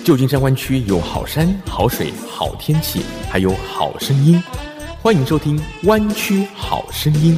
旧金山湾区有好山、好水、好天气，还有好声音。欢迎收听《湾区好声音》。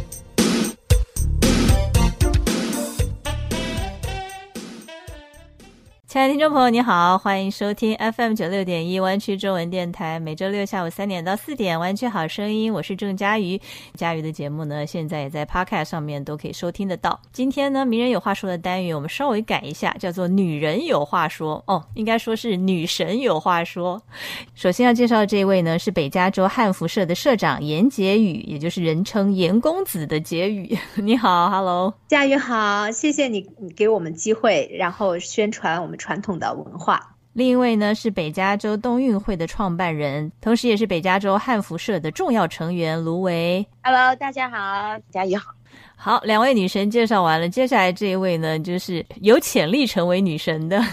亲爱的听众朋友你好，欢迎收听 FM96.1 湾区中文电台，每周六下午3点到4点湾区好声音，我是郑佳瑜。佳瑜的节目呢现在也在 Podcast 上面都可以收听得到。今天呢名人有话说的单元我们稍微改一下，叫做女人有话说，应该说是女神有话说。首先要介绍的这位呢是北加州汉服社的社长严洁宇，也就是人称严公子的洁宇。你好 Hello。 佳瑜好，谢谢你给我们机会，然后宣传我们传统的文化。 另一位呢是北加州冬运会的创办人，同时也是北加州汉服社的重要成员卢维。 Hello 大家好，佳瑜好。 好，两位女神介绍完了，接下来这一位呢就是有潜力成为女神的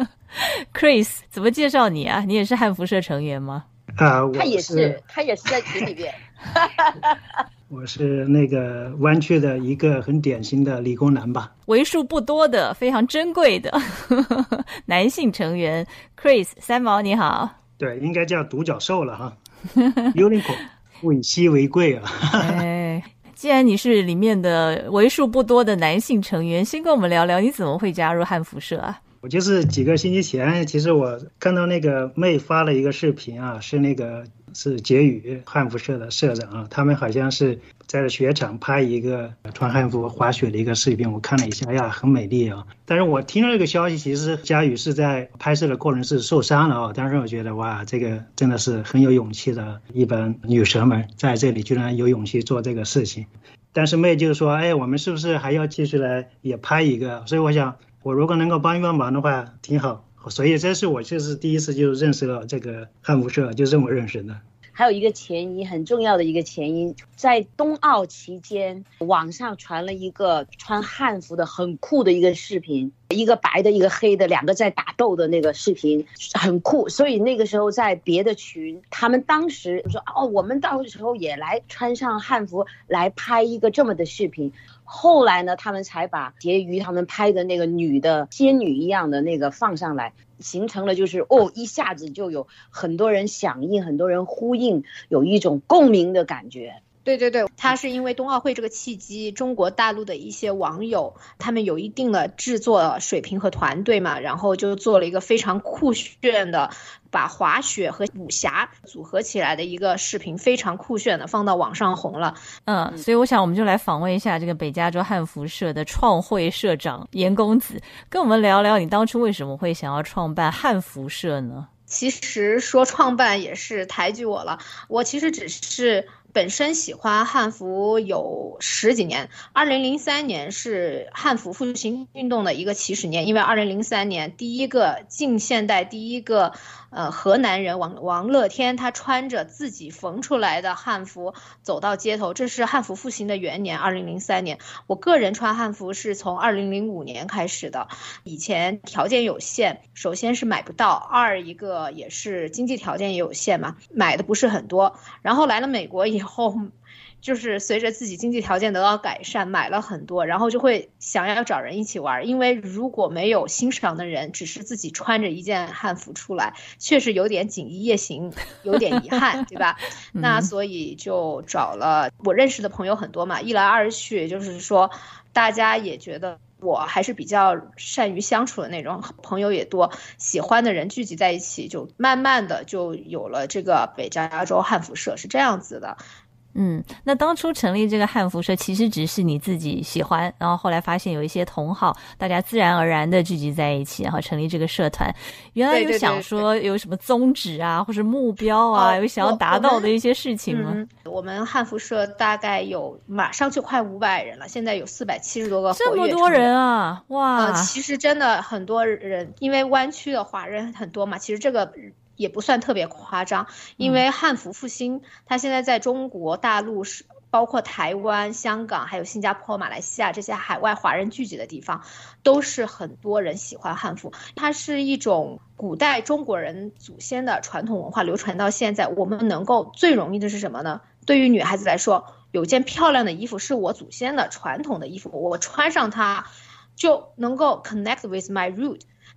Chris， 怎么介绍你啊？你也是汉服社成员吗？ 他也是在群里边我是那个湾区的一个很典型的理工男吧， 为数不多的非常珍贵的男性成员。 Chris 三毛你好。 对，应该叫独角兽了哈Unicorn 物以稀为贵啊既然你是里面的为数不多的男性成员，先跟我们聊聊你怎么会加入汉服社啊？ 我就是几个星期前，其实我看到那个妹发了一个视频啊，是洁宇汉服社的社长啊，他们好像是在雪场拍一个穿汉服滑雪的一个视频，我看了一下呀，很美丽啊。但是我听到这个消息，其实佳宇是在拍摄的过程是受伤了啊。当时我觉得哇，这个真的是很有勇气的一帮女神们，在这里居然有勇气做这个事情。但是妹就是说，哎，我们是不是还要继续来也拍一个？所以我想，我如果能够帮一帮忙的话，挺好。所以这是我就是第一次就认识了这个汉服社，就这么认识的。 还有一个前因，很重要的一个前因，在冬奥期间网上传了一个穿汉服的很酷的一个视频，一个白的一个黑的，两个在打斗的那个视频很酷。所以那个时候在别的群，他们当时说我们到时候也来穿上汉服来拍一个这么的视频。后来呢他们才把洁宇他们拍的那个女的仙女一样的那个放上来，形成了就是一下子就有很多人响应，很多人呼应，有一种共鸣的感觉。 对对对，他是因为冬奥会这个契机，中国大陆的一些网友他们有一定的制作水平和团队嘛，然后就做了一个非常酷炫的把滑雪和武侠组合起来的一个视频，非常酷炫的放到网上红了。 所以我想我们就来访问一下这个北加州汉服社的创会社长严公子，跟我们聊聊你当初为什么会想要创办汉服社呢？ 其实说创办也是抬举我了，我其实只是本身喜欢汉服有10几年，2003年是汉服复兴运动的一个起始年，因为2003年第一个近现代第一个河南人王乐天，他穿着自己缝出来的汉服走到街头，这是汉服复兴的元年2003年。我个人穿汉服是从2005年开始的，以前条件有限，首先是买不到，二一个也是经济条件也有限嘛，买的不是很多。然后来了美国以后，就是随着自己经济条件得到改善，买了很多，然后就会想要找人一起玩，因为如果没有欣赏的人，只是自己穿着一件汉服出来，确实有点锦衣夜行，有点遗憾对吧那所以就找了我认识的朋友很多嘛，一来二去就是说大家也觉得我还是比较善于相处的那种，朋友也多，喜欢的人聚集在一起，就慢慢的就有了这个北加州汉服社，是这样子的。 那当初成立这个汉服社其实只是你自己喜欢，然后后来发现有一些同好，大家自然而然的聚集在一起，然后成立这个社团。原来有想说有什么宗旨啊或者目标啊，有想要达到的一些事情吗？ 我们汉服社大概有马上就快500人了，现在有470多个活跃， 这么多人啊，哇其实真的很多人，因为湾区的华人很多嘛，其实这个也不算特别夸张，因为汉服复兴它现在在中国大陆是包括台湾、香港还有新加坡、马来西亚这些海外华人聚集的地方，都是很多人喜欢汉服。它是一种古代中国人祖先的传统文化流传到现在，我们能够最容易的是什么呢？对于女孩子来说，有件漂亮的衣服是我祖先的传统的衣服，我穿上它就能够 connect with my root，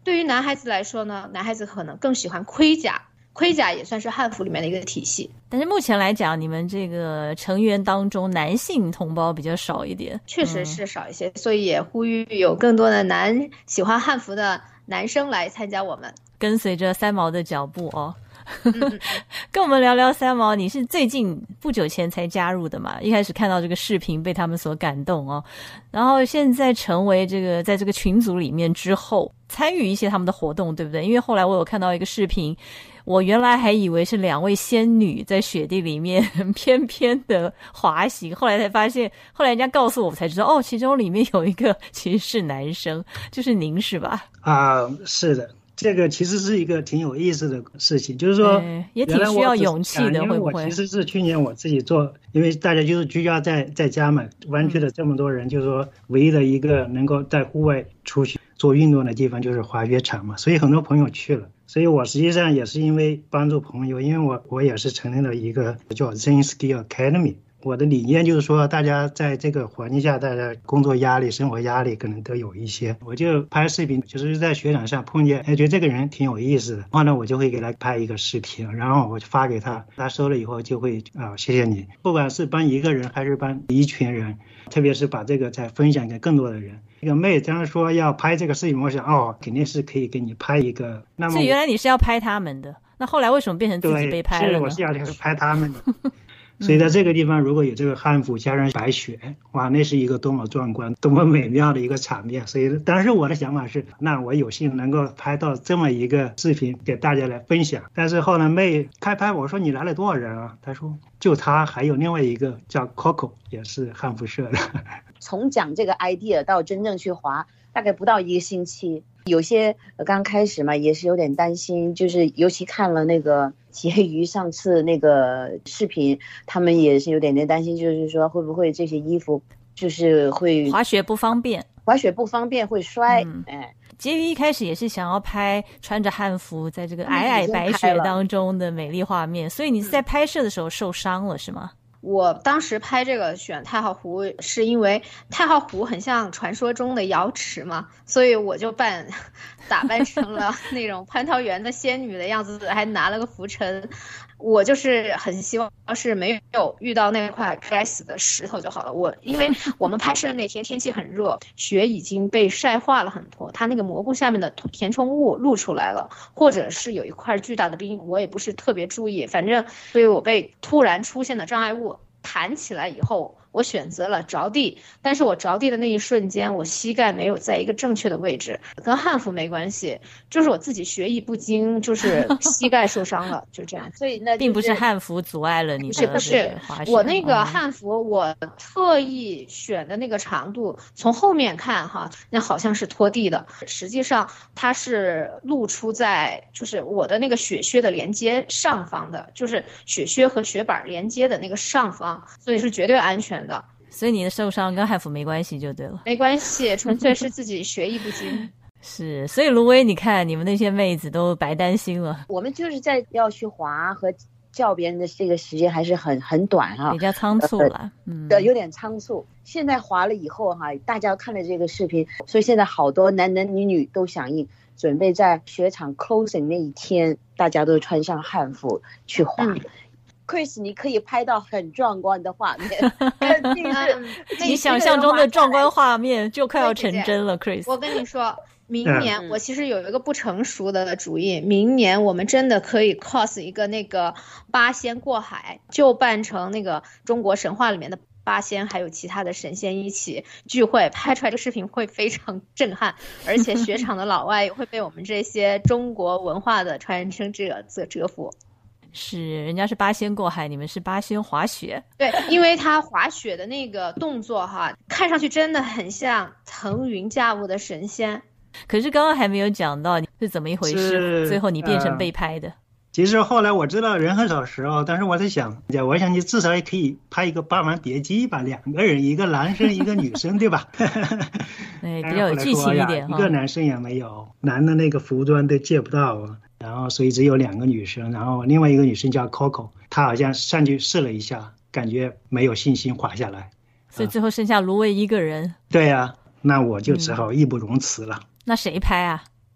对于男孩子来说呢，男孩子可能更喜欢盔甲，盔甲也算是汉服里面的一个体系。 但是目前来讲，你们这个成员当中男性同胞比较少一点， 确实是少一些，所以也呼吁有更多的喜欢汉服的男生来参加我们， 跟随着三毛的脚步哦。跟我们聊聊三毛，你是最近不久前才加入的嘛？一开始看到这个视频被他们所感动哦，然后现在成为在这个群组里面之后，参与一些他们的活动，对不对？因为后来我有看到一个视频，我原来还以为是2位仙女在雪地里面翩翩的滑行，后来才发现，后来人家告诉我才知道，哦，其中里面有一个其实是男生，就是您是吧？ 是的。这个其实是一个挺有意思的事情，就是说也挺需要勇气的，会不会？ 因为我其实是去年我自己做，因为大家就是居家在家嘛，湾区的这么多人，就是说唯一的一个能够在户外出去做运动的地方就是滑雪场嘛，所以很多朋友去了。所以我实际上也是因为帮助朋友，因为我也是成立了一个叫 Zen Skill Academy。我的理念就是说，大家在这个环境下，大家工作压力、生活压力可能都有一些。我就拍视频，就是在雪场上碰见，觉得这个人挺有意思的，然后呢，我就会给他拍一个视频，然后我就发给他，他收了以后就会谢谢你。不管是帮一个人还是帮一群人，特别是把这个再分享给更多的人。这个妹当时说要拍这个视频，我想肯定是可以给你拍一个。那么所以原来你是要拍他们的，那后来为什么变成自己被拍了呢？ 对，我是要拍他们的。所以在这个地方如果有这个汉服加上白雪，哇，那是一个多么壮观多么美妙的一个场面。所以当时我的想法是，那我有幸能够拍到这么一个视频给大家来分享。但是后来妹开拍，我说你来了多少人啊？他说就他还有另外一个叫 Coco 也是汉服社的。 从讲这个 idea 到真正去滑大概不到1个星期，有些刚开始嘛也是有点担心，就是尤其看了那个婕妤上次那个视频，他们也是有点担心，就是说会不会这些衣服就是会滑雪不方便会摔。 婕妤一开始也是想要拍穿着汉服在这个皑皑白雪当中的美丽画面，所以你是在拍摄的时候受伤了是吗？ 我当时拍这个选太浩湖是因为太浩湖很像传说中的瑶池嘛，所以我就打扮成了那种蟠桃园的仙女的样子，还拿了个拂尘。我就是很希望是没有遇到那块该死的石头就好了。因为我们拍摄那天天气很热，雪已经被晒化了很多，它那个蘑菇下面的填充物露出来了，或者是有一块巨大的冰，我也不是特别注意，反正所以我被突然出现的障碍物弹起来以后，我选择了着地，但是我着地的那一瞬间，我膝盖没有在一个正确的位置，跟汉服没关系，就是我自己学艺不精，就是膝盖受伤了，就这样。 所以那并不是汉服阻碍了你的不是我那个汉服，我特意选的那个长度，从后面看哈，那好像是拖地的，实际上它是露出在就是我的那个雪靴的连接上方的，就是雪靴和雪板连接的那个上方，所以是绝对安全的。 所以你的受伤跟汉服没关系就对了。 没关系，纯粹是自己学艺不精。 是，所以芦苇你看你们那些妹子都白担心了。 我们就是在要去滑和叫别人的这个时间还是很短哈， 比较仓促了。 有点仓促。现在滑了以后哈，大家看了这个视频，所以现在好多男女都响应，准备在雪场 closing 那一天大家都穿上汉服去滑。Chris 你可以拍到很壮观的画面，肯定是你想象中的壮观画面就快要成真了。Chris 我跟你说，明年我其实有一个不成熟的主意，明年我们真的可以 cos 一个那个八仙过海，就扮成那个中国神话里面的八仙还有其他的神仙一起聚会，拍出来这个视频会非常震撼，而且雪场的老外也会被我们这些中国文化的传承者折服。 是，人家是八仙过海，你们是八仙滑雪。 对，因为他滑雪的那个动作哈，看上去真的很像腾云驾雾的神仙。 可是刚刚还没有讲到你是怎么一回事，最后你变成被拍的。 其实后来我知道人很少时候，但是我在想，我想你至少也可以拍一个霸王别姬吧，2个人，一个男生一个女生，对吧？ 对，比较有剧情一点。 一个男生也没有，男的那个服装都借不到，然后所以只有2个女生，然后另外一个女生叫 Coco， 她好像上去试了一下，感觉没有信心滑下来， 所以最后剩下芦苇一个人。 对啊，那我就只好义不容辞了。 那谁拍啊？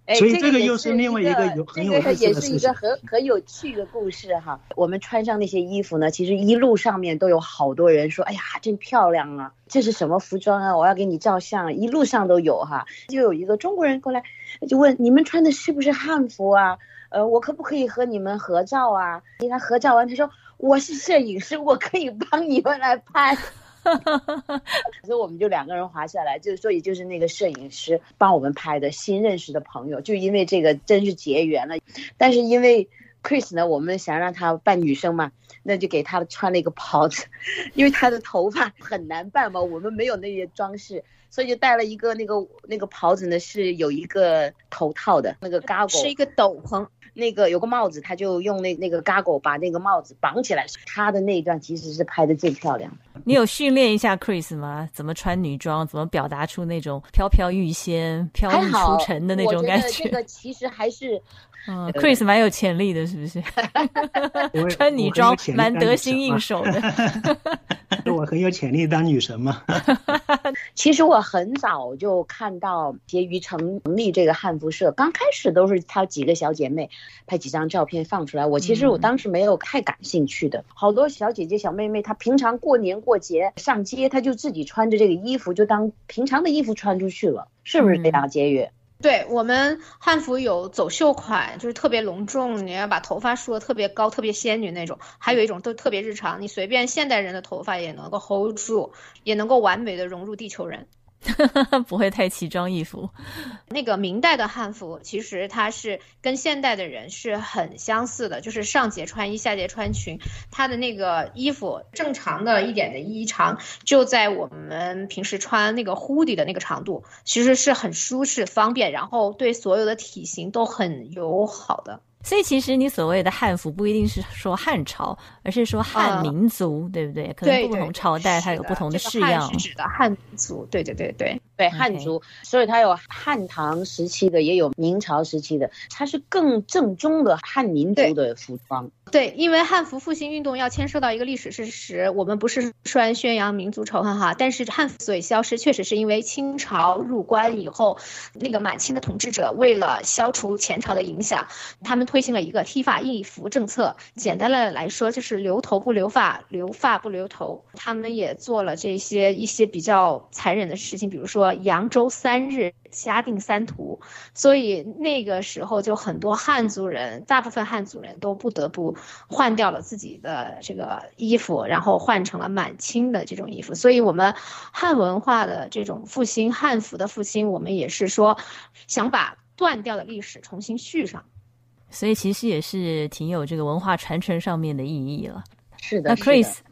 所以这个又是另外一个很有意思的事情， 这个也是一个很有趣的故事哈。我们穿上那些衣服呢，其实一路上面都有好多人说，哎呀，真漂亮啊，这是什么服装啊，我要给你照相，一路上都有哈。就有一个中国人过来就问，你们穿的是不是汉服啊？我可不可以和你们合照啊？跟他合照完，他说我是摄影师，我可以帮你们来拍。所以我们就2个人滑下来，所以就是那个摄影师帮我们拍的，新认识的朋友，就因为这个真是结缘了。但是因为 Chris 呢，我们想让他扮女生嘛，那就给他穿了一个袍子，因为他的头发很难扮嘛，我们没有那些装饰，所以就戴了一个那个袍子呢，是有一个头套的，那个 goggle 是一个斗篷。 那个有个帽子，他就用那个 goggle 把那个帽子绑起来，他的那一段其实是拍的最漂亮的。 你有训练一下 Chris 吗？怎么穿女装，怎么表达出那种飘飘欲仙、飘逸出尘的那种感觉？ 我觉得这个其实还是 Chris 蛮有潜力的，是不是？穿女装蛮得心应手的。 我很有潜力当女神嘛。 其实我很早就看到婕妤成立这个汉服社，刚开始都是她几个小姐妹拍几张照片放出来，其实我当时没有太感兴趣的。好多小姐姐小妹妹她平常过年过节上街，她就自己穿着这个衣服就当平常的衣服穿出去了，是不是这样婕妤？ 对，我们汉服有走秀款，就是特别隆重，你要把头发梳得特别高，特别仙女那种。还有一种都特别日常，你随便现代人的头发也能够 hold 住，也能够完美的融入地球人。 不会太奇装异服。 那个明代的汉服其实它是跟现代的人是很相似的，就是上节穿衣下节穿裙，它的那个衣服正常的一点的衣长就在我们平时穿那个 hoodie 的那个长度，其实是很舒适方便，然后对所有的体型都很友好的。 所以其实你所谓的汉服不一定是说汉朝，而是说汉民族，对不对？可能不同朝代它有不同的式样。 汉是指的汉民族，对对对对对，汉族，所以它有汉唐时期的，也有明朝时期的，它是更正宗的汉民族的服装。 对，因为汉服复兴运动要牵涉到一个历史事实，我们不是说宣扬民族仇恨哈，但是汉服所以消失，确实是因为清朝入关以后，那个满清的统治者为了消除前朝的影响，他们推行了一个剃发易服政策。简单的来说，就是留头不留发，留发不留头。他们也做了一些比较残忍的事情，比如说扬州3日。嘉定3屠，所以那个时候就很多汉族人，大部分汉族人都不得不换掉了自己的这个衣服，然后换成了满清的这种衣服。所以我们汉文化的这种复兴，汉服的复兴，我们也是说想把断掉的历史重新续上， 所以其实也是挺有这个文化传承上面的意义了。 是的。 那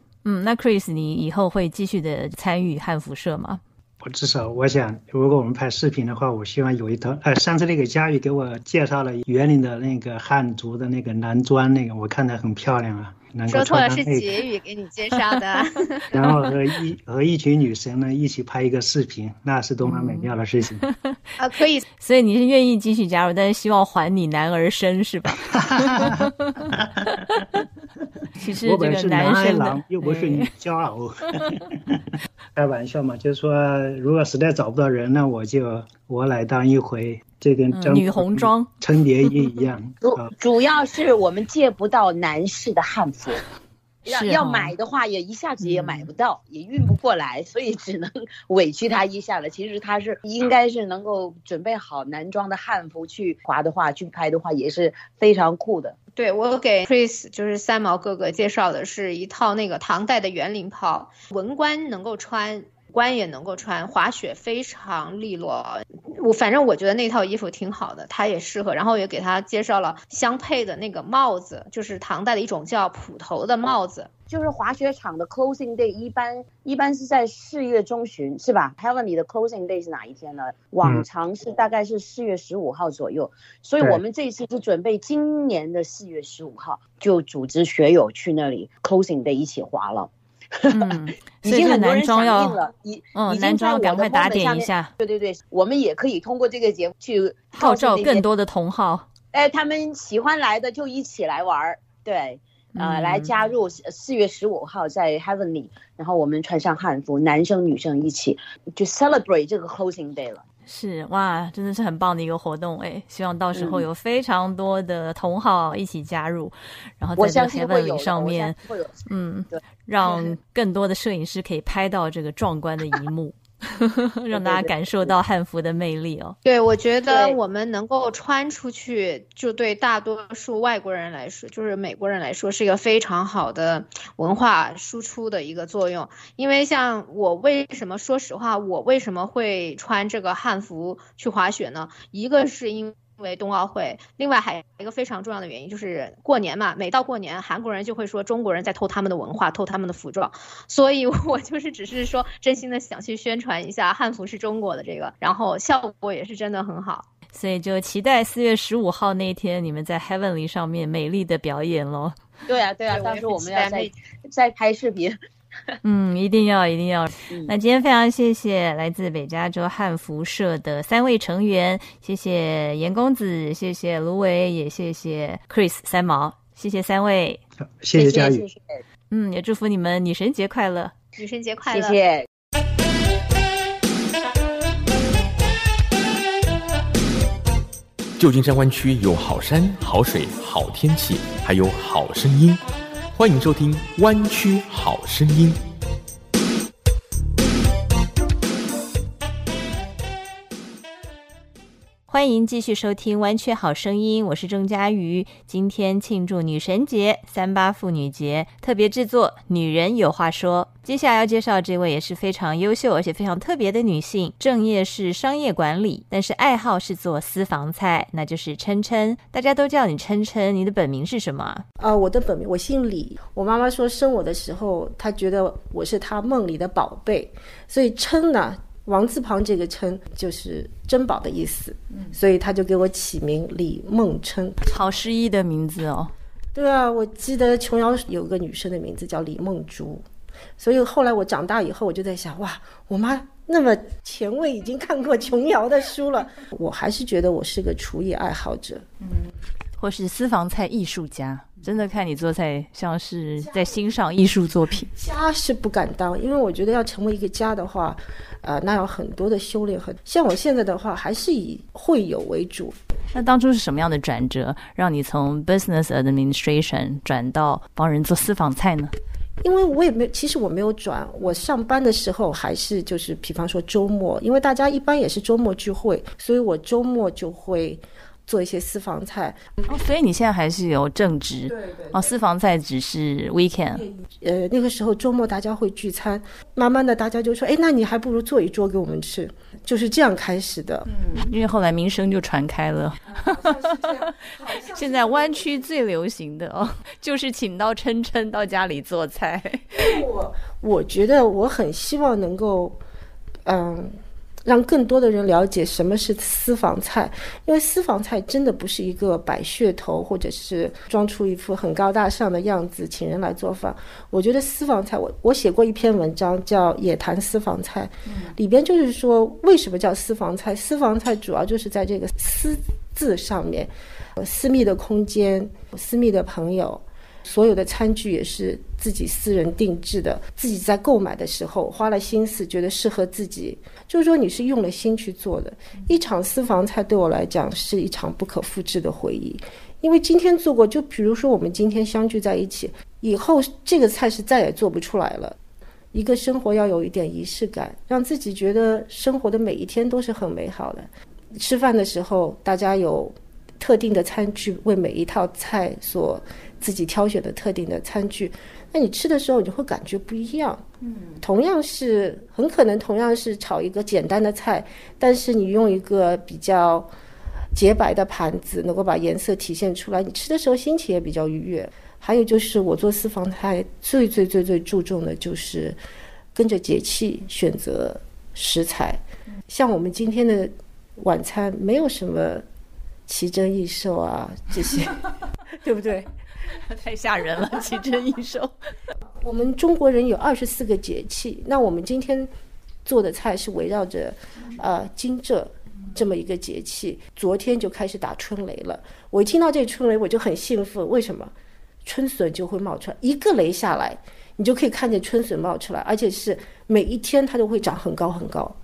Chris 你以后会继续的参与汉服社吗？ 我至少我想，如果我们拍视频的话，我希望有一套。上次那个佳宇给我介绍了园林的那个汉族的那个男装，那个我看着很漂亮啊。 说错了，是婕妤给你介绍的。 然后和一群女生呢一起拍一个视频，那是多么美妙的事情。 可以。 所以你是愿意继续加入，但是希望还你男儿身是吧？其实这个男生的又不是你骄傲。开玩笑嘛，就是说如果实在找不到人，那我来当一回，这跟女红妆陈蝶衣一样。 主要是我们借不到男士的汉服。要买的话也一下子也买不到，也运不过来，所以只能委屈他一下了。其实他是应该是能够准备好男装的汉服去滑的话，去拍的话也是非常酷的。 对，我给 Chris 就是三毛哥哥介绍的是一套那个唐代的圆领袍，文官能够穿，官也能够穿，滑雪非常利落。反正我觉得那套衣服挺好的，他也适合。然后也给他介绍了相配的那个帽子，就是唐代的一种叫普头的帽子。 就是滑雪场的 closing day 一般是在4月中旬是吧？ Heavenly 的 closing day 是哪一天呢？往常是大概是4月15号左右，所以我们这一次是准备今年的4月15号就组织学友去那里 closing day 一起滑了。已经很多人响应了， 男装要赶快打点一下。 对对对，我们也可以通过这个节目去号召更多的同好。 他们喜欢来的就一起来玩，对，来加入4月15号在 Heavenly， 然后我们穿上汉服，男生女生一起就 celebrate 这个 closing day 了。 是哇，真的是很棒的一个活动哎！希望到时候有非常多的同好一起加入，然后在这个 Heavenly 上面，让更多的摄影师可以拍到这个壮观的一幕。让大家感受到汉服的魅力哦。 对，我觉得我们能够穿出去，就对大多数外国人来说，就是美国人来说，是一个非常好的文化输出的一个作用。因为像我说实话，我为什么会穿这个汉服去滑雪呢？一个是因为冬奥会，另外还有一个非常重要的原因就是过年嘛，每到过年韩国人就会说中国人在偷他们的文化，偷他们的服装，所以我就是只是说真心的想去宣传一下汉服是中国的这个，然后效果也是真的很好， 所以就期待4月15号那天你们在 Heavenly 上面美丽的表演咯。 对啊，到时候我们要再拍视频。 一定要那今天非常谢谢来自北加州汉服社的3位成员，谢谢严公子，谢谢芦苇，也谢谢 Chris 三毛，谢谢3位， 谢谢佳宇， 也祝福你们女神节快乐， 女神节快乐， 谢谢。 旧金山湾区有好山好水好天气，还有好声音，欢迎收听湾区好声音。 欢迎继续收听湾区好声音，我是郑佳瑜。今天庆祝女神节、38妇女节，特别制作女人有话说。接下来要介绍这位也是非常优秀而且非常特别的女性，正业是商业管理，但是爱好是做私房菜，那就是琛琛。大家都叫你琛琛，你的本名是什么？ 我的本名我姓李，我妈妈说生我的时候她觉得我是她梦里的宝贝，所以琛呢王字旁这个琛就是珍宝的意思，所以他就给我起名李梦琛。 好诗意的名字哦。 对啊，我记得琼瑶有个女生的名字叫李梦珠，所以后来我长大以后我就在想，哇，我妈那么前卫，已经看过琼瑶的书了。我还是觉得我是个厨艺爱好者， 或是私房菜艺术家。真的看你做菜像是在欣赏艺术作品。 家是不敢当，因为我觉得要成为一个家的话，那要很多的修炼和像我现在的话还是以会友为主。 那当初是什么样的转折让你从 business administration 转到帮人做私房菜呢？ 因为我也没，其实我没有转，我上班的时候还是就是比方说周末，因为大家一般也是周末聚会，所以我周末就会做一些私房菜。 所以你现在还是有正职？对私房菜只是 weekend。 那个时候周末大家会聚餐，慢慢的大家就说，那你还不如做一桌给我们吃，就是这样开始的。 因为后来名声就传开了。现在湾区最流行的就是请到琛琛到家里做菜。 我觉得我很希望能够让更多的人了解什么是私房菜，因为私房菜真的不是一个摆噱头或者是装出一副很高大上的样子请人来做饭。我觉得私房菜，我写过一篇文章叫《野谈私房菜》，里边就是说为什么叫私房菜。私房菜主要就是在这个私字上面，私密的空间，私密的朋友，所有的餐具也是自己私人定制的，自己在购买的时候花了心思，觉得适合自己，就是说你是用了心去做的。一场私房菜对我来讲是一场不可复制的回忆，因为今天做过，就比如说我们今天相聚在一起，以后这个菜是再也做不出来了。一个生活要有一点仪式感，让自己觉得生活的每一天都是很美好的。吃饭的时候大家有特定的餐具，为每一套菜所自己挑选的特定的餐具，那你吃的时候你会感觉不一样。同样是很可能同样是炒一个简单的菜，但是你用一个比较洁白的盘子能够把颜色体现出来，你吃的时候心情也比较愉悦。还有就是我做私房菜最注重的就是跟着节气选择食材，像我们今天的晚餐没有什么奇珍异兽啊这些对不对？ 太吓人了，奇珍异兽。 我们中国人有24个节气，那我们今天做的菜是围绕着惊蛰这么一个节气。昨天就开始打春雷了，我一听到这春雷我就很兴奋。为什么？春笋就会冒出来，一个雷下来你就可以看见春笋冒出来，而且是每一天它都会长很高很高。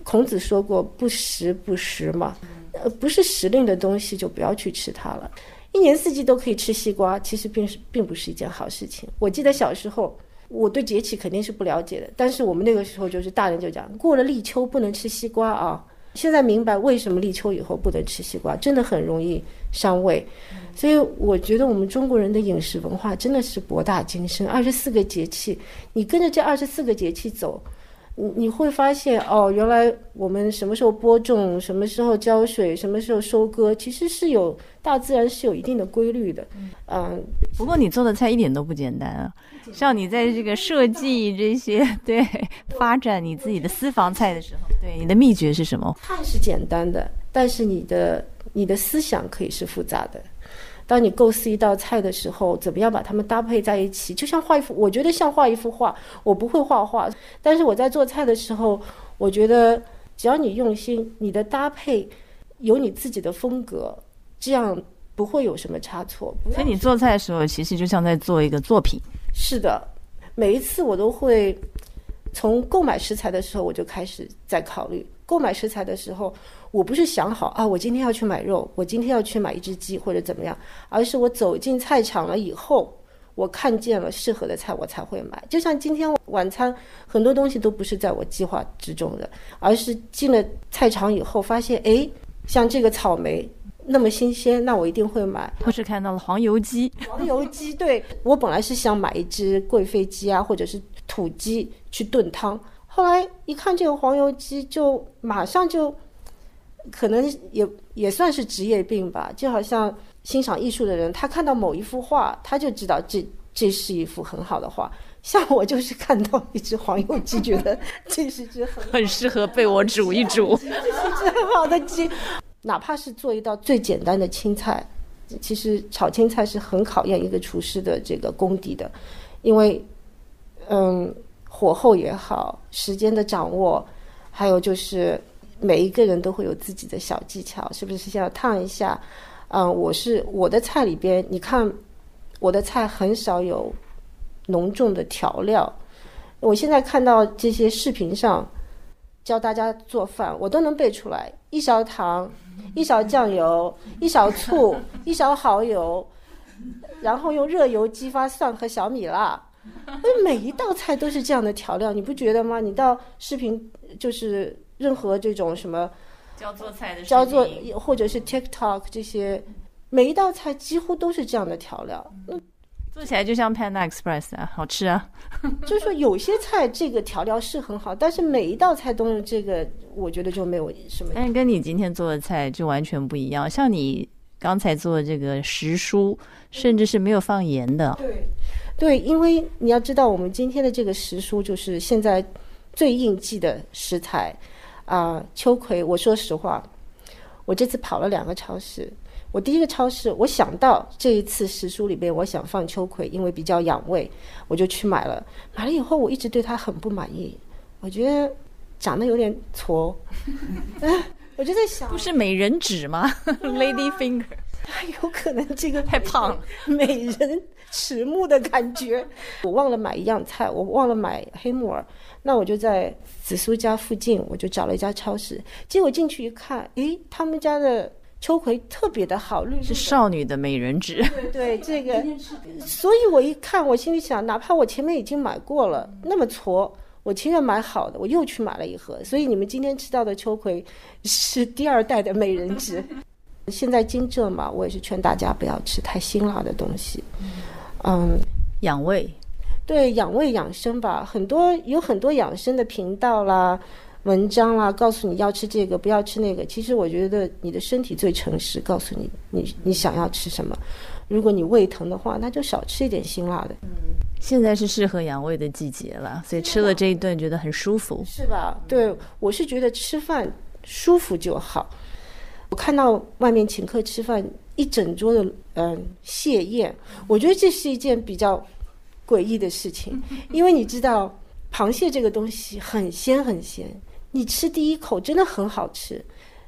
孔子说过不食不食嘛，不是时令的东西就不要去吃它了。一年四季都可以吃西瓜，其实并不是一件好事情。我记得小时候我对节气肯定是不了解的，但是我们那个时候就是大人就讲过了立秋不能吃西瓜啊。现在明白为什么立秋以后不能吃西瓜，真的很容易伤胃。所以我觉得我们中国人的饮食文化真的是博大精深，24个节气，你跟着这24个节气走，你会发现哦，原来我们什么时候播种，什么时候浇水，什么时候收割，其实是有大自然是有一定的规律的。 不过你做的菜一点都不简单啊，像你在这个设计这些，对，发展你自己的私房菜的时候，对，你的秘诀是什么？ 菜是简单的，但是你的思想可以是复杂的。当你构思一道菜的时候，怎么样把它们搭配在一起，就像画一幅，我觉得像画一幅画。我不会画画，但是我在做菜的时候，我觉得只要你用心，你的搭配有你自己的风格，这样不会有什么差错。 所以你做菜的时候，其实就像在做一个作品。 是的，每一次我都会从购买食材的时候我就开始在考虑。购买食材的时候，我不是想好啊，我今天要去买肉，我今天要去买一只鸡或者怎么样，而是我走进菜场了以后，我看见了适合的菜，我才会买。就像今天晚餐，很多东西都不是在我计划之中的，而是进了菜场以后发现，哎，像这个草莓那么新鲜，那我一定会买。 或是看到了黄油鸡， 黄油鸡，对，我本来是想买一只贵妃鸡啊，或者是土鸡去炖汤。后来一看这个黄油鸡，就马上就可能也算是职业病吧，就好像欣赏艺术的人，他看到某一幅画，他就知道这是一幅很好的画。像我就是看到一只黄油鸡，觉得这是只很适合被我煮一煮， 这是只很好的鸡。哪怕是做一道最简单的青菜，其实炒青菜是很考验一个厨师的这个功底的，因为火候也好，时间的掌握，还有就是每一个人都会有自己的小技巧，是不是先要烫一下？我的菜里边，你看我的菜很少有浓重的调料。我现在看到这些视频上教大家做饭，我都能背出来：一勺糖，一勺酱油，一勺醋，一勺蚝油，然后用热油激发蒜和小米辣。每一道菜都是这样的调料，你不觉得吗？你到视频就是任何这种什么教做菜的教做，或者是 TikTok 这些，每一道菜几乎都是这样的调料。 做起来就像 Panda Express 啊，好吃啊。 就是说有些菜这个调料是很好，但是每一道菜都用这个，我觉得就没有什么。 但是跟你今天做的菜就完全不一样，像你刚才做的这个时蔬，甚至是没有放盐的。 对，因为你要知道，我们今天的这个时蔬就是现在最应季的食材秋葵。我说实话，我这次跑了2个超市。我第一个超市，我想到这一次时蔬里边，我想放秋葵，因为比较养胃，我就去买了。买了以后，我一直对它很不满意，我觉得长得有点矬。我就在想， 不是美人指吗？Lady Finger。 有可能这个太胖了， 美人迟暮的感觉。我忘了买一样菜，我忘了买黑木耳，那我就在子苏家附近，我就找了一家超市，结果进去一看，诶，他们家的秋葵特别的好，绿， 是少女的美人指。 对这个，所以我一看，我心里想，哪怕我前面已经买过了，那么矬，我情愿买好的，我又去买了一盒。所以你们今天吃到的秋葵是第2代的美人指。现在惊蛰嘛，我也是劝大家不要吃太辛辣的东西。 养胃， 对，养胃养生吧。有很多养生的频道啦、文章啦，告诉你要吃这个，不要吃那个。其实我觉得你的身体最诚实，告诉你想要吃什么。如果你胃疼的话，那就少吃一点辛辣的。 现在是适合养胃的季节了，所以吃了这一顿觉得很舒服， 是吧？对，我是觉得吃饭舒服就好。我看到外面请客吃饭一整桌的蟹宴，我觉得这是一件比较诡异的事情，因为你知道螃蟹这个东西很鲜很鲜，你吃第一口真的很好吃，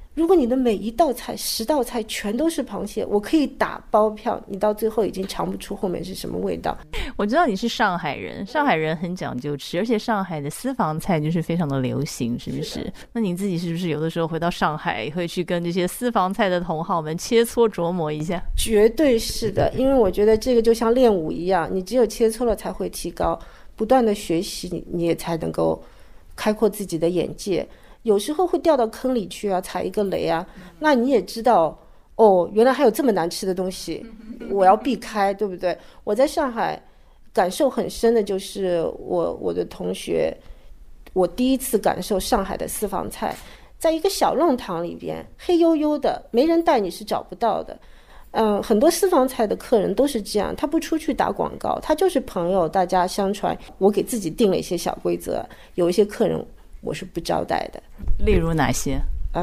如果你的每一道菜10道菜全都是螃蟹，我可以打包票，你到最后已经尝不出后面是什么味道。 我知道你是上海人，上海人很讲究吃，而且上海的私房菜就是非常的流行，是不是？那你自己是不是有的时候回到上海会去跟这些私房菜的同好们切磋琢磨一下？ 绝对是的，因为我觉得这个就像练武一样，你只有切磋了才会提高，不断的学习你也才能够开阔自己的眼界。有时候会掉到坑里去啊，踩一个雷啊，那你也知道哦，原来还有这么难吃的东西，我要避开，对不对？我在上海感受很深的就是我的同学，我第一次感受上海的私房菜，在一个小弄堂里边，黑黝黝的，没人带你是找不到的。很多私房菜的客人都是这样，他不出去打广告，他就是朋友，大家相传。我给自己定了一些小规则，有一些客人我是不招待的。 例如哪些？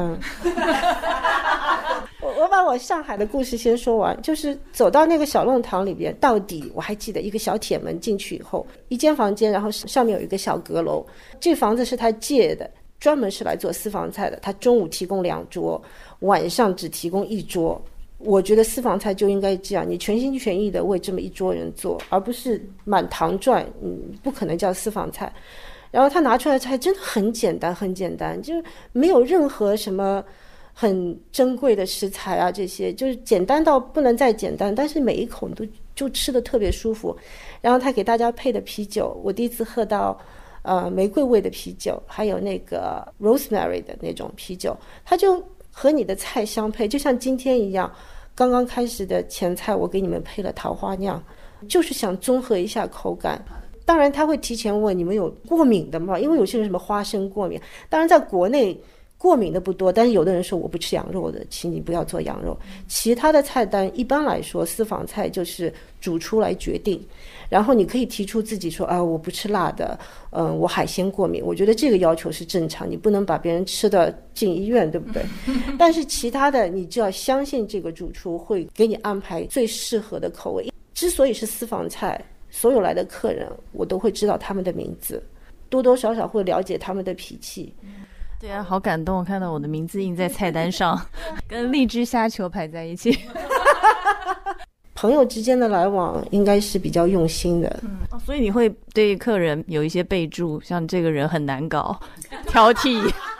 我把我上海的故事先说完，就是走到那个小弄堂里边，到底我还记得一个小铁门进去以后，一间房间，然后上面有一个小阁楼，这房子是他借的，专门是来做私房菜的，他中午提供2桌，晚上只提供1桌。我觉得私房菜就应该这样，你全心全意的为这么1桌人做，而不是满堂转，不可能叫私房菜。然后他拿出来的菜真的很简单，很简单，就没有任何什么很珍贵的食材啊，这些就是简单到不能再简单，但是每一口都就吃得特别舒服。然后他给大家配的啤酒，我第一次喝到玫瑰味的啤酒，还有那个 rosemary 的那种啤酒，它就和你的菜相配，就像今天一样，刚刚开始的前菜我给你们配了桃花酿，就是想综合一下口感。当然他会提前问你们有过敏的吗？因为有些人什么花生过敏，当然在国内过敏的不多，但是有的人说我不吃羊肉的，请你不要做羊肉。其他的菜单一般来说私房菜就是主厨来决定，然后你可以提出自己说我不吃辣的，我海鲜过敏，我觉得这个要求是正常，你不能把别人吃的进医院，对不对？但是其他的你就要相信这个主厨会给你安排最适合的口味。之所以是私房菜，所有来的客人我都会知道他们的名字，多多少少会了解他们的脾气。 对啊，好感动，看到我的名字印在菜单上，跟荔枝虾球排在一起。 朋友之间的来往应该是比较用心的。 所以你会对客人有一些备注，像这个人很难搞，挑剔，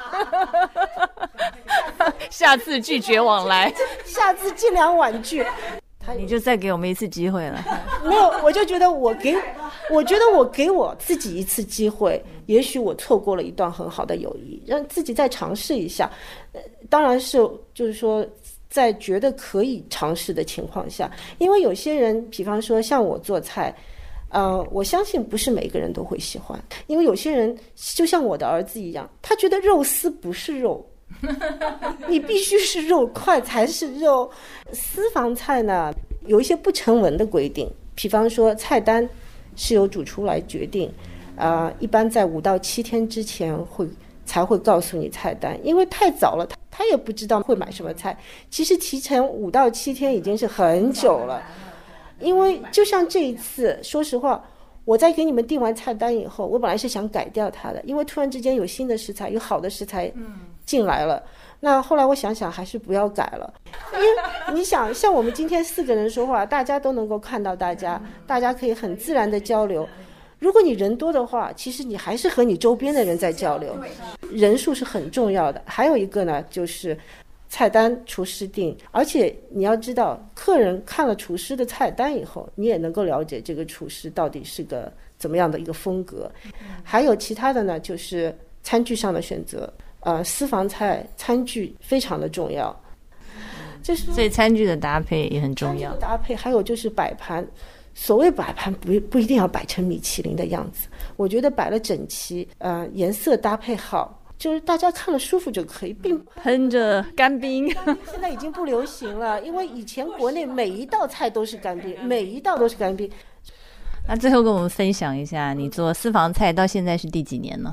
下次拒绝往来， 下次尽量婉拒。 你就再给我们一次机会了。 没有，我就觉得我给我自己一次机会，也许我错过了一段很好的友谊，让自己再尝试一下。当然是就是说在觉得可以尝试的情况下，因为有些人比方说像我做菜，我相信不是每个人都会喜欢，因为有些人就像我的儿子一样，他觉得肉丝不是肉，你必须是肉块才是肉。私房菜呢有一些不成文的规定，比方说菜单是由主厨来决定，一般在5到7天之前才会告诉你菜单，因为太早了他也不知道会买什么菜。其实提前5到7天已经是很久了，因为就像这一次，说实话，我在给你们订完菜单以后，我本来是想改掉它的，因为突然之间有新的食材，有好的食材进来了。那后来我想想还是不要改了，因为你想像我们今天4个人说话，大家都能够看到大家可以很自然的交流。如果你人多的话，其实你还是和你周边的人在交流，人数是很重要的。还有一个呢，就是菜单厨师定，而且你要知道，客人看了厨师的菜单以后，你也能够了解这个厨师到底是个怎么样的一个风格。还有其他的呢，就是餐具上的选择。私房菜餐具非常的重要， 所以餐具的搭配也很重要。 搭配还有就是摆盘，所谓摆盘不一定要摆成米其林的样子，我觉得摆了整齐，颜色搭配好，就是大家看了舒服就可以，并喷着干冰。 现在已经不流行了，因为以前国内每一道菜都是干冰，每一道都是干冰。 那最后跟我们分享一下，你做私房菜到现在是第几年呢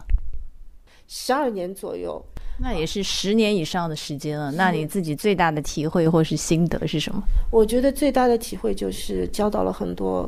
？12年左右。 那也是10年以上的时间了。那你自己最大的体会或是心得是什么？ 我觉得最大的体会就是交到了很多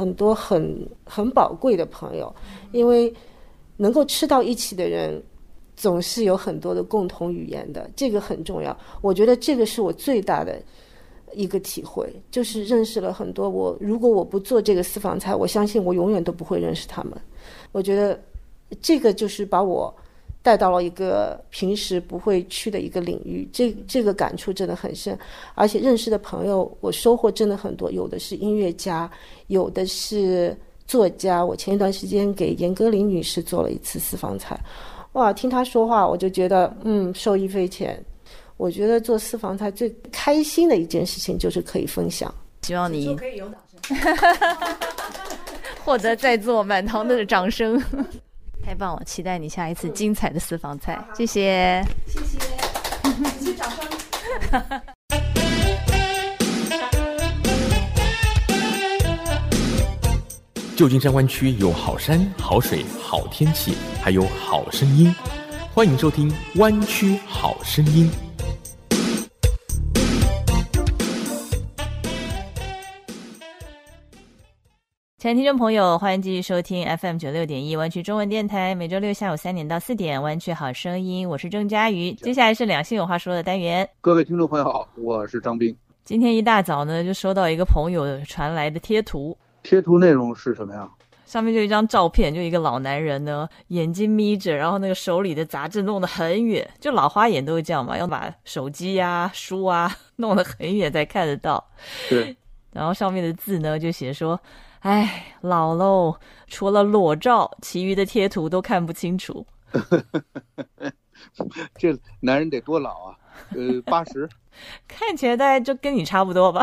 很宝贵的朋友，因为能够吃到一起的人总是有很多的共同语言的，这个很重要。我觉得这个是我最大的一个体会，就是认识了很多如果我不做这个私房菜，我相信我永远都不会认识他们。我觉得这个就是把我带到了一个平时不会去的一个领域，这个感触真的很深。而且认识的朋友我收获真的很多，有的是音乐家，有的是作家。我前一段时间给严歌苓女士做了一次私房菜，哇，听她说话我就觉得受益匪浅。我觉得做私房菜最开心的一件事情就是可以分享。 希望你可以有掌声获得在座满堂的掌声太棒了，期待你下一次精彩的私房菜。谢谢谢谢谢谢掌声旧金山湾区有好山、好水、好天气，还有好声音。欢迎收听《湾区好声音》。 亲爱的听众朋友，欢迎继续收听 FM96.1 湾区中文电台，每周六下午3点到4点，湾区好声音，我是郑佳瑜。接下来是两性有话说的单元。 各位听众朋友好，我是张斌。 今天一大早呢，就收到一个朋友传来的贴图。 贴图内容是什么呀？ 上面就一张照片，就一个老男人呢，眼睛眯着，然后那个手里的杂志弄得很远，就老花眼都会这样嘛，要把手机啊、书啊弄得很远才看得到。 对。 然后上面的字呢，就写说：“哎，老喽，除了裸照，其余的贴图都看不清楚。” 这男人得多老啊？80？ 看起来大概就跟你差不多吧。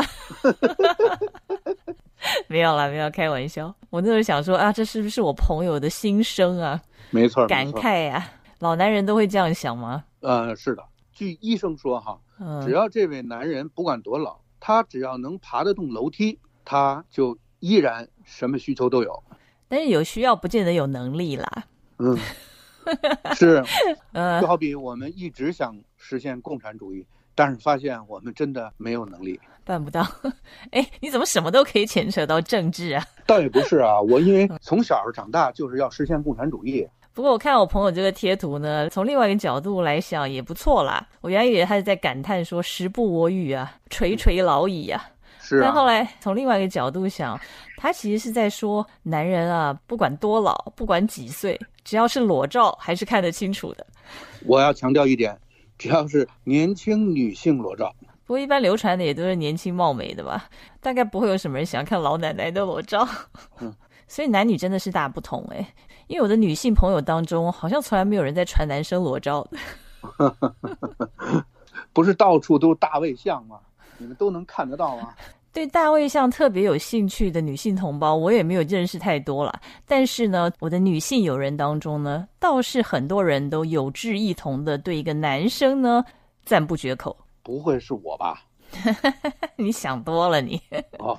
没有啦，没有，开玩笑。我那时候想说啊，这是不是我朋友的心声啊？ 没错， 感慨啊，老男人都会这样想吗？ 是的。据医生说哈，只要这位男人不管多老，他只要能爬得动楼梯，他就依然什么需求都有。 但是有需要不见得有能力啦。 是。就好比我们一直想实现共产主义，但是发现我们真的没有能力， 办不到。哎，你怎么什么都可以牵扯到政治啊？ 倒也不是啊，我因为从小长大就是要实现共产主义。 不过我看我朋友这个贴图呢，从另外一个角度来想也不错啦。我原来以为他是在感叹说时不我与啊，垂垂老矣啊。 是啊。 但后来从另外一个角度想，他其实是在说男人啊，不管多老，不管几岁，只要是裸照还是看得清楚的。 我要强调一点，只要是年轻女性裸照。 不过一般流传的也都是年轻貌美的吧，大概不会有什么人想看老奶奶的裸照。所以男女真的是大不同哎，因为我的女性朋友当中好像从来没有人在传男生裸照的。 不是到处都是大卫像吗？你们都能看得到吗？ 对大卫像特别有兴趣的女性同胞我也没有认识太多啦，但是呢我的女性友人当中呢，倒是很多人都有志一同的对一个男生呢赞不绝口。 不会是我吧？ 你想多了你。 哦。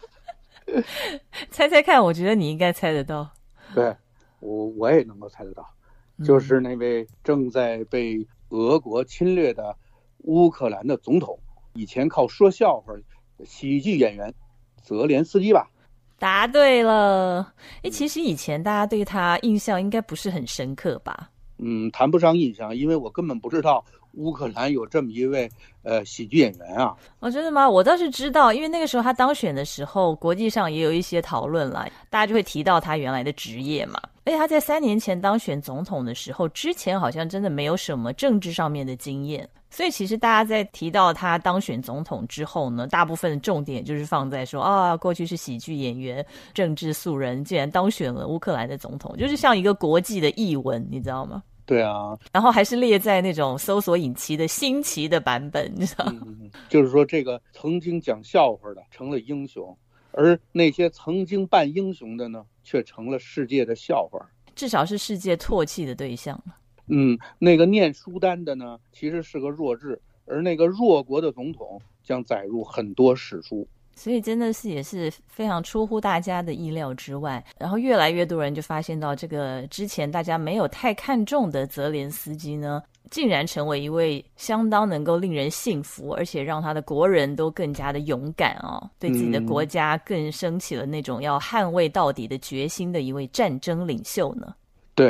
猜猜看，我觉得你应该猜得到。 对，我也能够猜得到，就是那位正在被俄国侵略的乌克兰的总统，以前靠说笑话喜剧演员泽连斯基吧？ 答对了。其实以前大家对他印象应该不是很深刻吧？ 谈不上印象，因为我根本不知道乌克兰有这么一位喜剧演员啊。 真的吗？我倒是知道，因为那个时候他当选的时候，国际上也有一些讨论啦，大家就会提到他原来的职业嘛。而且他在3年前当选总统的时候，之前好像真的没有什么政治上面的经验，所以其实大家在提到他当选总统之后呢，大部分的重点就是放在说啊，过去是喜剧演员、政治素人，竟然当选了乌克兰的总统，就是像一个国际的译文，你知道吗？ 对啊， 然后还是列在那种搜索引擎的新奇的版本，你知道吗？ 就是说这个曾经讲笑话的成了英雄，而那些曾经扮英雄的呢，却成了世界的笑话， 至少是世界唾弃的对象。 那个念书单的呢，其实是个弱智，而那个弱国的总统将载入很多史书。 所以真的是也是非常出乎大家的意料之外，然后越来越多人就发现到这个之前大家没有太看重的泽连斯基呢，竟然成为一位相当能够令人信服，而且让他的国人都更加的勇敢对自己的国家更升起了那种要捍卫到底的决心的一位战争领袖呢。 对，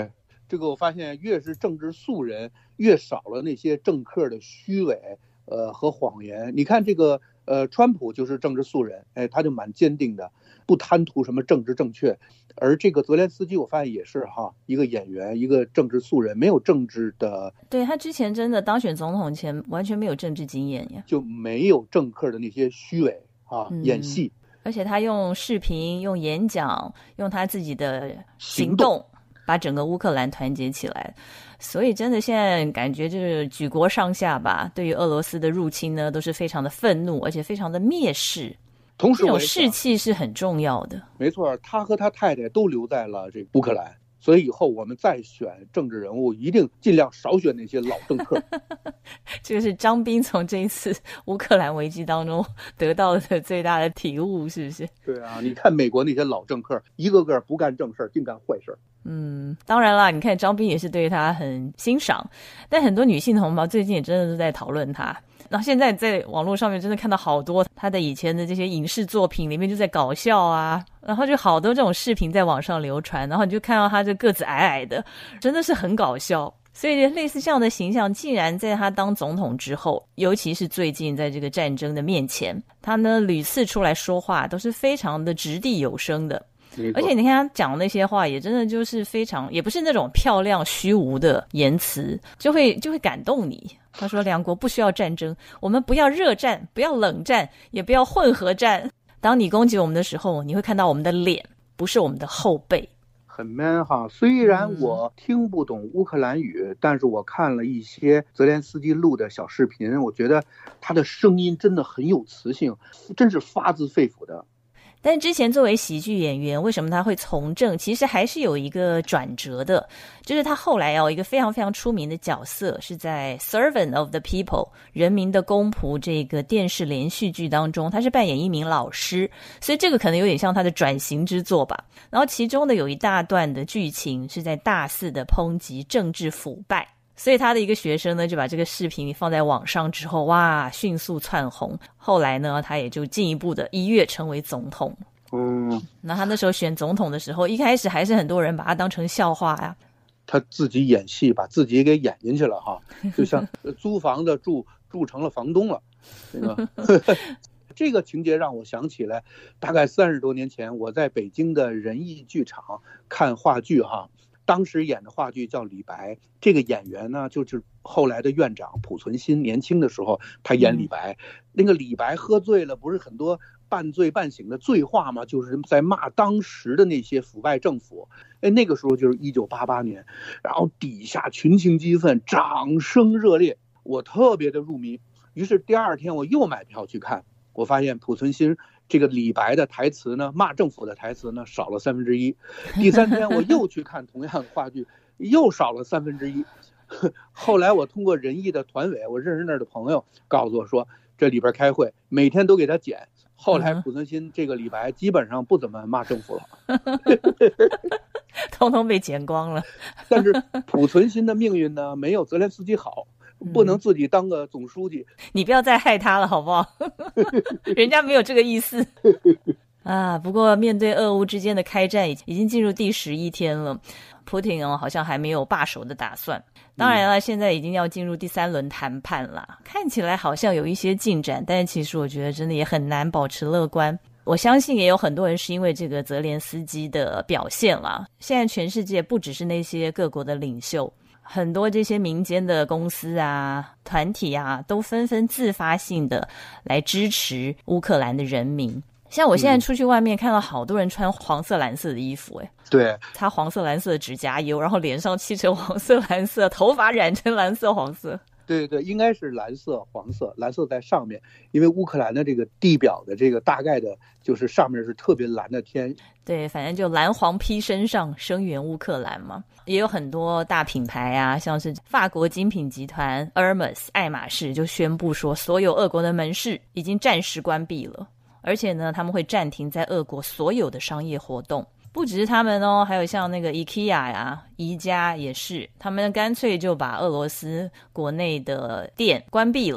这个我发现越是政治素人，越少了那些政客的虚伪和谎言。你看这个川普就是政治素人，他就蛮坚定的，不贪图什么政治正确。而这个泽连斯基我发现也是一个演员，一个政治素人，没有政治的。 对，他之前真的当选总统前完全没有政治经验呀， 就没有政客的那些虚伪演戏。 而且他用视频、用演讲、用他自己的行动把整个乌克兰团结起来。所以真的现在感觉就是举国上下吧，对于俄罗斯的入侵呢都是非常的愤怒，而且非常的蔑视。 同时这种士气是很重要的。 没错，他和他太太都留在了这个乌克兰，所以以后我们再选政治人物一定尽量少选那些老政客。 这个是张斌从这一次乌克兰危机当中得到的最大的体悟，是不是？ 对啊，你看美国那些老政客一个个不干正事，净干坏事。 当然啦，你看张斌也是对他很欣赏，但很多女性同胞最近也真的是在讨论他。然后现在在网络上面真的看到好多他的以前的这些影视作品里面就在搞笑啊，然后就好多这种视频在网上流传，然后你就看到他这个子矮矮的，真的是很搞笑。所以类似这样的形象竟然在他当总统之后，尤其是最近在这个战争的面前，他呢屡次出来说话都是非常的掷地有声的。而且你看他讲的那些话也真的就是非常，也不是那种漂亮虚无的言辞，就会感动你。他说两国不需要战争，我们不要热战，不要冷战，也不要混合战。当你攻击我们的时候，你会看到我们的脸，不是我们的后背。 很 man 虽然我听不懂乌克兰语，但是我看了一些泽连斯基录的小视频，我觉得他的声音真的很有磁性，真是发自肺腑的。 但之前作为喜剧演员，为什么他会从政？其实还是有一个转折的，就是他后来一个非常非常出名的角色，是在 Servant of the People 人民的公仆这个电视连续剧当中，他是扮演一名老师，所以这个可能有点像他的转型之作吧。然后其中的有一大段的剧情是在大肆的抨击政治腐败。所以他的一个学生呢，就把这个视频放在网上之后，哇，迅速窜红。后来呢，他也就进一步的一跃成为总统。那他那时候选总统的时候，一开始还是很多人把他当成笑话呀。 他自己演戏，把自己给演进去了就像租房子住成了房东了。这个情节让我想起来，大概30多年前，我在北京的人艺剧场看话剧当时演的话剧叫李白，这个演员呢就是后来的院长濮存昕，年轻的时候他演李白。那个李白喝醉了，不是很多半醉半醒的醉话吗？就是在骂当时的那些腐败政府。那个时候就是1988年，然后底下群情激愤，掌声热烈，我特别的入迷。于是第二天我又买票去看，我发现濮存昕这个李白的台词呢，骂政府的台词呢少了1/3。第3天我又去看同样的话剧，又少了1/3。后来我通过人艺的团委，我认识那儿的朋友告诉我说，这里边开会每天都给他剪。后来濮存昕这个李白基本上不怎么骂政府了。 通通被剪光了。 但是濮存昕的命运呢，没有泽连斯基好，不能自己当个总书记。 你不要再害他了好不好？人家没有这个意思。不过面对俄乌之间的开战已经进入第11天了，普丁好像还没有罢手的打算。当然了，现在已经要进入第3轮谈判了，看起来好像有一些进展，但是其实我觉得真的也很难保持乐观。我相信也有很多人是因为这个泽连斯基的表现啦。现在全世界不只是那些各国的领袖，很多这些民间的公司啊、团体啊，都纷纷自发性的来支持乌克兰的人民。像我现在出去外面看到好多人穿黄色蓝色的衣服， 对， 擦黄色蓝色的指甲油，然后脸上漆成黄色蓝色，头发染成蓝色黄色。 对，应该是蓝色黄色，蓝色在上面，因为乌克兰的这个地表的这个大概的就是上面是特别蓝的天。 对，反正就蓝黄披身上，声援乌克兰嘛。也有很多大品牌啊，像是法国精品集团 Hermes 爱马仕就宣布说，所有俄国的门市已经暂时关闭了，而且呢，他们会暂停在俄国所有的商业活动。不只是他们还有像那个 IKEA 呀、宜家也是，他们干脆就把俄罗斯国内的店关闭了。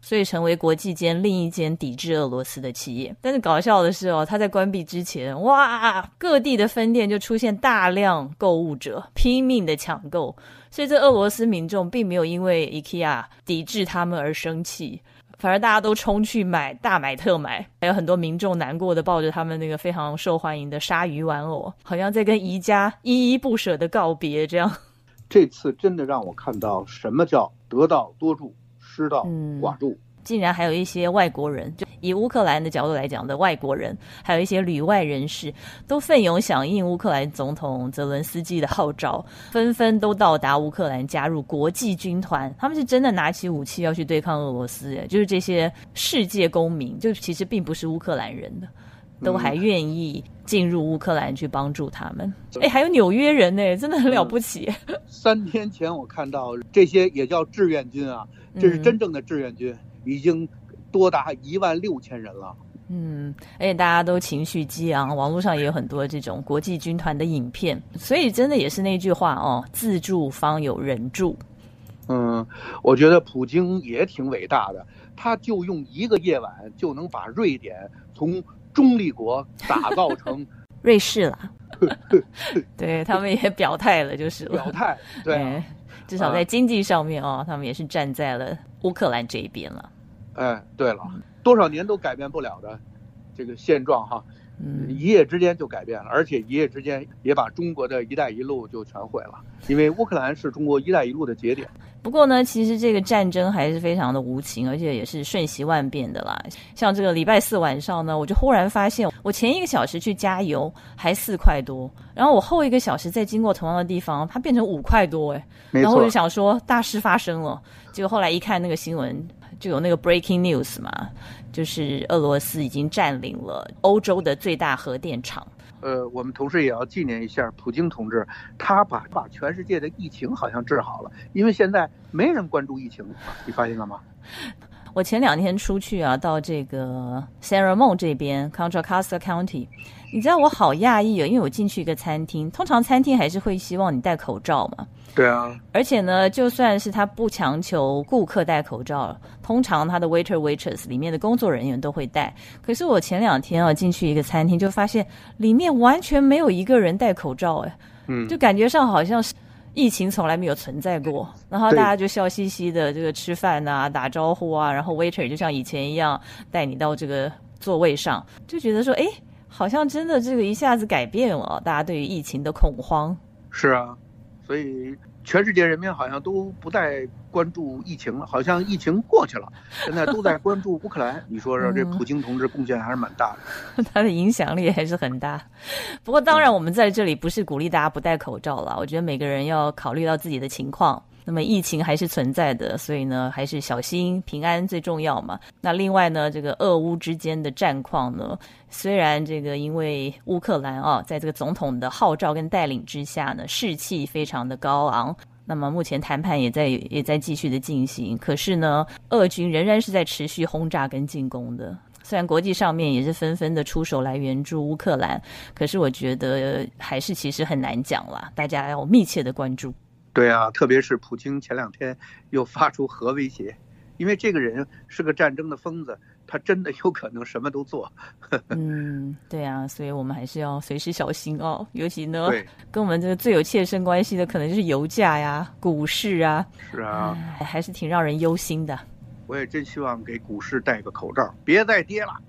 所以成为国际间另一间抵制俄罗斯的企业。但是搞笑的是它在关闭之前，哇，各地的分店就出现大量购物者拼命的抢购，所以这俄罗斯民众并没有因为 IKEA 抵制他们而生气，反而大家都冲去买，大买特买，还有很多民众难过的抱着他们那个非常受欢迎的鲨鱼玩偶，好像在跟宜家依依不舍的告别这样。 这次真的让我看到什么叫得道多助，失道寡助。 竟然还有一些外国人，就以乌克兰的角度来讲的外国人，还有一些旅外人士，都奋勇响应乌克兰总统泽伦斯基的号召，纷纷都到达乌克兰加入国际军团。他们是真的拿起武器要去对抗俄罗斯，就是这些世界公民，就其实并不是乌克兰人的，都还愿意进入乌克兰去帮助他们。还有纽约人呢，真的很了不起。 3天前我看到这些也叫志愿军啊，这是真正的志愿军，已经多达16000人了。 而且大家都情绪激昂，网络上也有很多这种国际军团的影片，所以真的也是那句话自助方有人助。 我觉得普京也挺伟大的，他就用1个夜晚就能把瑞典从中立国打造成瑞士啦。对，他们也表态了，就是了表态，对， 至少在经济上面他们也是站在了乌克兰这一边了。 对了，多少年都改变不了的这个现状哈，一夜之间就改变了，而且一夜之间也把中国的一带一路就全毁了，因为乌克兰是中国一带一路的节点。 不过呢，其实这个战争还是非常的无情，而且也是瞬息万变的啦。像这个礼拜4晚上呢，我就忽然发现，我前1个小时去加油还4块多，然后我后1个小时再经过同样的地方，它变成5块多然后我就想说大事发生了。结果后来一看那个新闻，就有那个 breaking news 嘛，就是俄罗斯已经占领了欧洲的最大核电厂。 我们同时也要纪念一下普京同志，他把全世界的疫情好像治好了，因为现在没人关注疫情，你发现了吗？ 我前2天出去到这个 San Ramon 这边 Contra Costa County， 你知道我好讶异因为我进去一个餐厅，通常餐厅还是会希望你戴口罩嘛。 对啊， 而且呢，就算是他不强求顾客戴口罩，通常他的 waiter waitress 里面的工作人员都会戴。可是我前2天进去一个餐厅，就发现里面完全没有一个人戴口罩就感觉上好像是疫情从来没有存在过，然后大家就笑嘻嘻的这个吃饭啊、打招呼啊，然后 waiter 就像以前一样带你到这个座位上，就觉得说好像真的这个一下子改变了大家对于疫情的恐慌。 是啊，所以全世界人民好像都不再关注疫情了，好像疫情过去了，现在都在关注乌克兰。你说说，这普京同志贡献还是蛮大的， 他的影响力还是很大。不过当然我们在这里不是鼓励大家不戴口罩啦，我觉得每个人要考虑到自己的情况，那么疫情还是存在的，所以呢还是小心平安最重要嘛。那另外呢，这个俄乌之间的战况呢，虽然这个因为乌克兰在这个总统的号召跟带领之下呢，士气非常的高昂，那么目前谈判也在继续的进行，可是呢俄军仍然是在持续轰炸跟进攻的。虽然国际上面也是纷纷的出手来援助乌克兰，可是我觉得还是其实很难讲啦，大家要密切的关注。 对啊，特别是普京前2天又发出核威胁，因为这个人是个战争的疯子，他真的有可能什么都做。 对啊，所以我们还是要随时小心尤其呢跟我们这个最有切身关系的可能就是油价呀、股市啊。 是啊， 还是挺让人忧心的。 我也真希望给股市戴个口罩，别再跌了。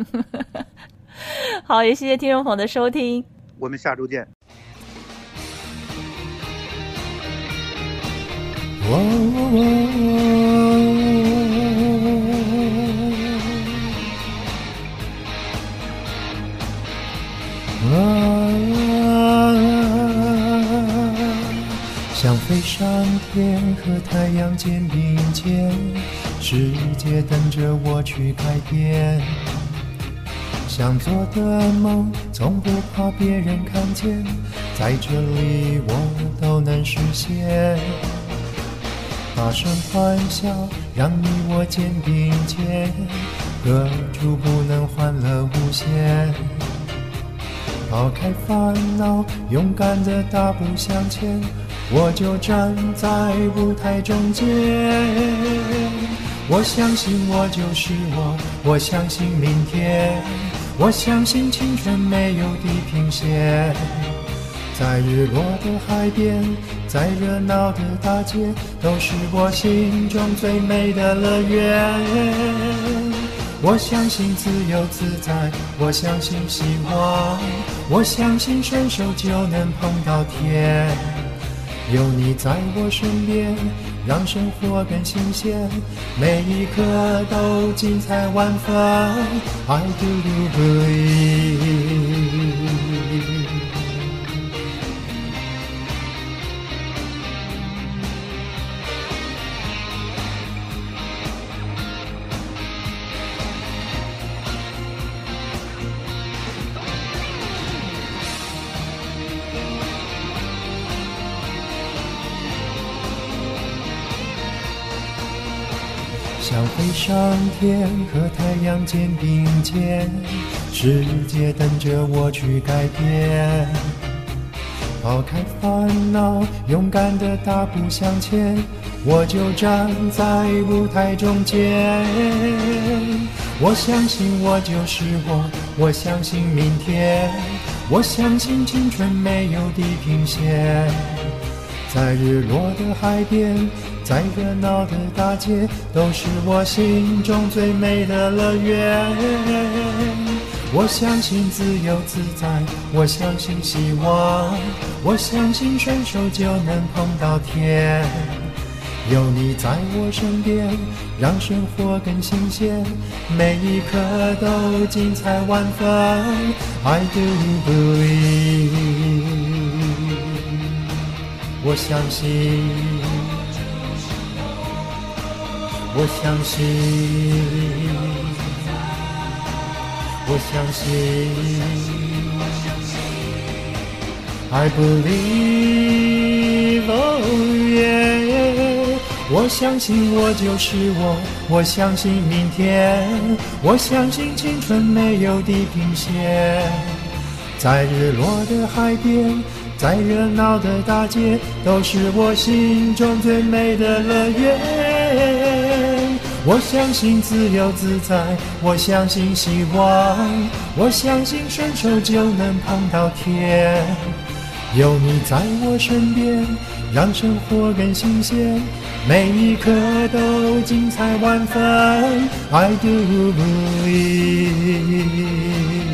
好，也谢谢听众朋友的收听， 我们下周见。 想飞上天和太阳肩并肩，世界等着我去改变。想做的梦从不怕别人看见，在这里我都能实现。大声欢笑，让你我肩并肩，何处不能欢乐无限。抛开烦恼，勇敢地大步向前，我就站在舞台中间。 我相信我就是我，我相信明天，我相信青春没有地平线。在日落的海边，在热闹的大街，都是我心中最美的乐园。我相信自由自在，我相信希望，我相信伸手就能碰到天。有你在我身边，让生活更新鲜，每一刻都精彩万分。I do believe。想飞上天，和太阳肩并肩，世界等着我去改变。抛开烦恼，勇敢地大步向前，我就站在舞台中间。我相信我就是我，我相信明天，我相信青春没有地平线。在日落的海边，在热闹的大街，都是我心中最美的乐园。我相信自由自在，我相信希望，我相信伸手就能碰到天。有你在我身边，让生活更新鲜，每一刻都精彩万分。I do believe。我相信，我相信，我相信 I believe, oh yeah。 我相信我就是我，我相信明天，我相信青春没有地平线。在日落的海边，在热闹的大街，都是我心中最美的乐园。我相信自由自在，我相信希望，我相信伸手就能碰到天。有你在我身边，让生活更新鲜，每一刻都精彩万分。I do believe。